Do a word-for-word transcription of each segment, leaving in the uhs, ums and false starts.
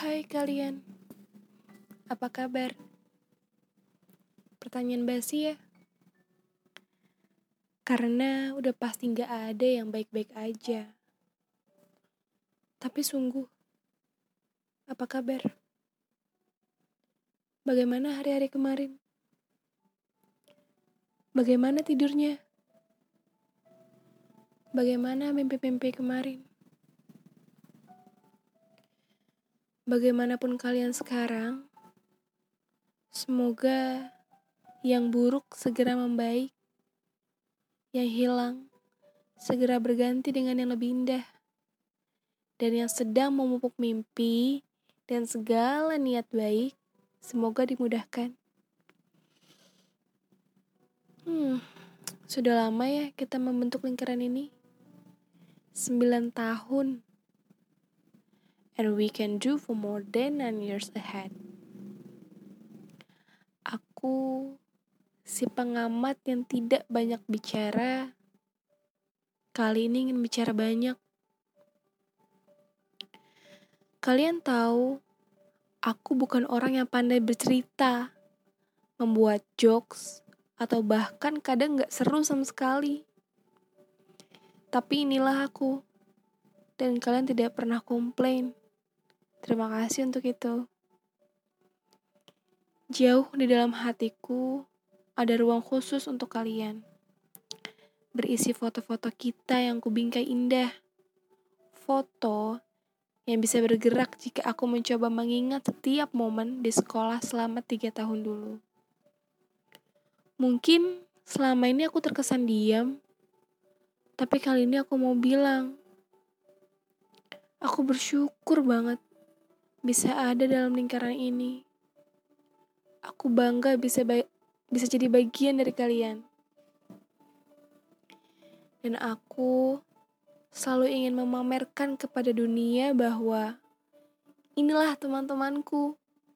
Hai kalian, apa kabar? Pertanyaan basi ya? Karena udah pasti gak ada yang baik-baik aja. Tapi sungguh, apa kabar? Bagaimana hari-hari kemarin? Bagaimana tidurnya? Bagaimana mimpi-mimpi kemarin? Bagaimanapun kalian sekarang, semoga yang buruk segera membaik, yang hilang segera berganti dengan yang lebih indah, dan yang sedang memupuk mimpi dan segala niat baik, semoga dimudahkan. Hmm, sudah lama ya kita membentuk lingkaran ini. Sembilan tahun. And we can do for more than nine years ahead. Aku, si pengamat yang tidak banyak bicara, kali ini ingin bicara banyak. Kalian tahu, aku bukan orang yang pandai bercerita, membuat jokes, atau bahkan kadang gak seru sama sekali. Tapi inilah aku, dan kalian tidak pernah komplain. Terima kasih untuk itu. Jauh di dalam hatiku, ada ruang khusus untuk kalian. Berisi foto-foto kita yang kubingkai indah. Foto yang bisa bergerak jika aku mencoba mengingat setiap momen di sekolah selama tiga tahun dulu. Mungkin selama ini aku terkesan diam, tapi kali ini aku mau bilang, aku bersyukur banget bisa ada dalam lingkaran ini. Aku bangga bisa ba- bisa jadi bagian dari kalian. Dan aku selalu ingin memamerkan kepada dunia bahwa inilah teman-temanku.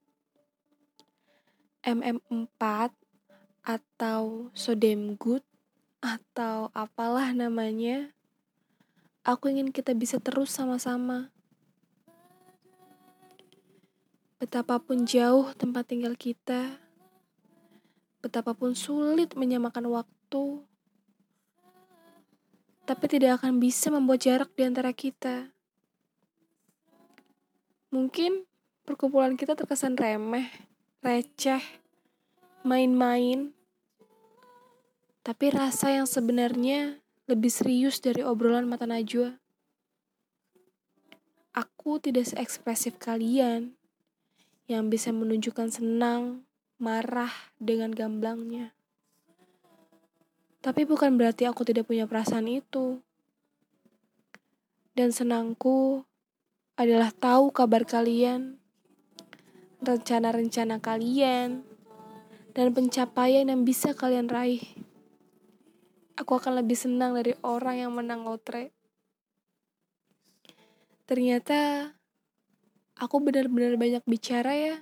M M empat atau So Damn Good atau apalah namanya. Aku ingin kita bisa terus sama-sama. Betapapun jauh tempat tinggal kita, betapapun sulit menyamakan waktu, tapi tidak akan bisa membuat jarak di antara kita. Mungkin perkumpulan kita terkesan remeh, receh, main-main, tapi rasa yang sebenarnya lebih serius dari obrolan mata najwa. Aku tidak seekspresif kalian yang bisa menunjukkan senang, marah dengan gamblangnya. Tapi bukan berarti aku tidak punya perasaan itu. Dan senangku adalah tahu kabar kalian, rencana-rencana kalian, dan pencapaian yang bisa kalian raih. Aku akan lebih senang dari orang yang menang lotre. Ternyata aku benar-benar banyak bicara ya.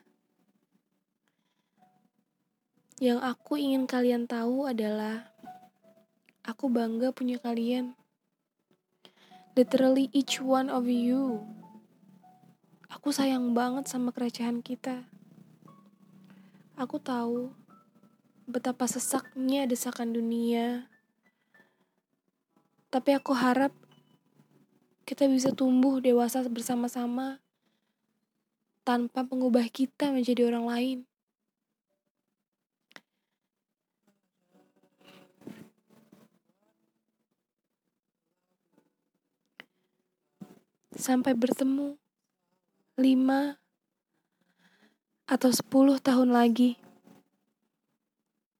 Yang aku ingin kalian tahu adalah aku bangga punya kalian. Literally each one of you. Aku sayang banget sama kerecehan kita. Aku tahu betapa sesaknya desakan dunia. Tapi aku harap kita bisa tumbuh dewasa bersama-sama tanpa mengubah kita menjadi orang lain. Sampai bertemu lima atau sepuluh tahun lagi.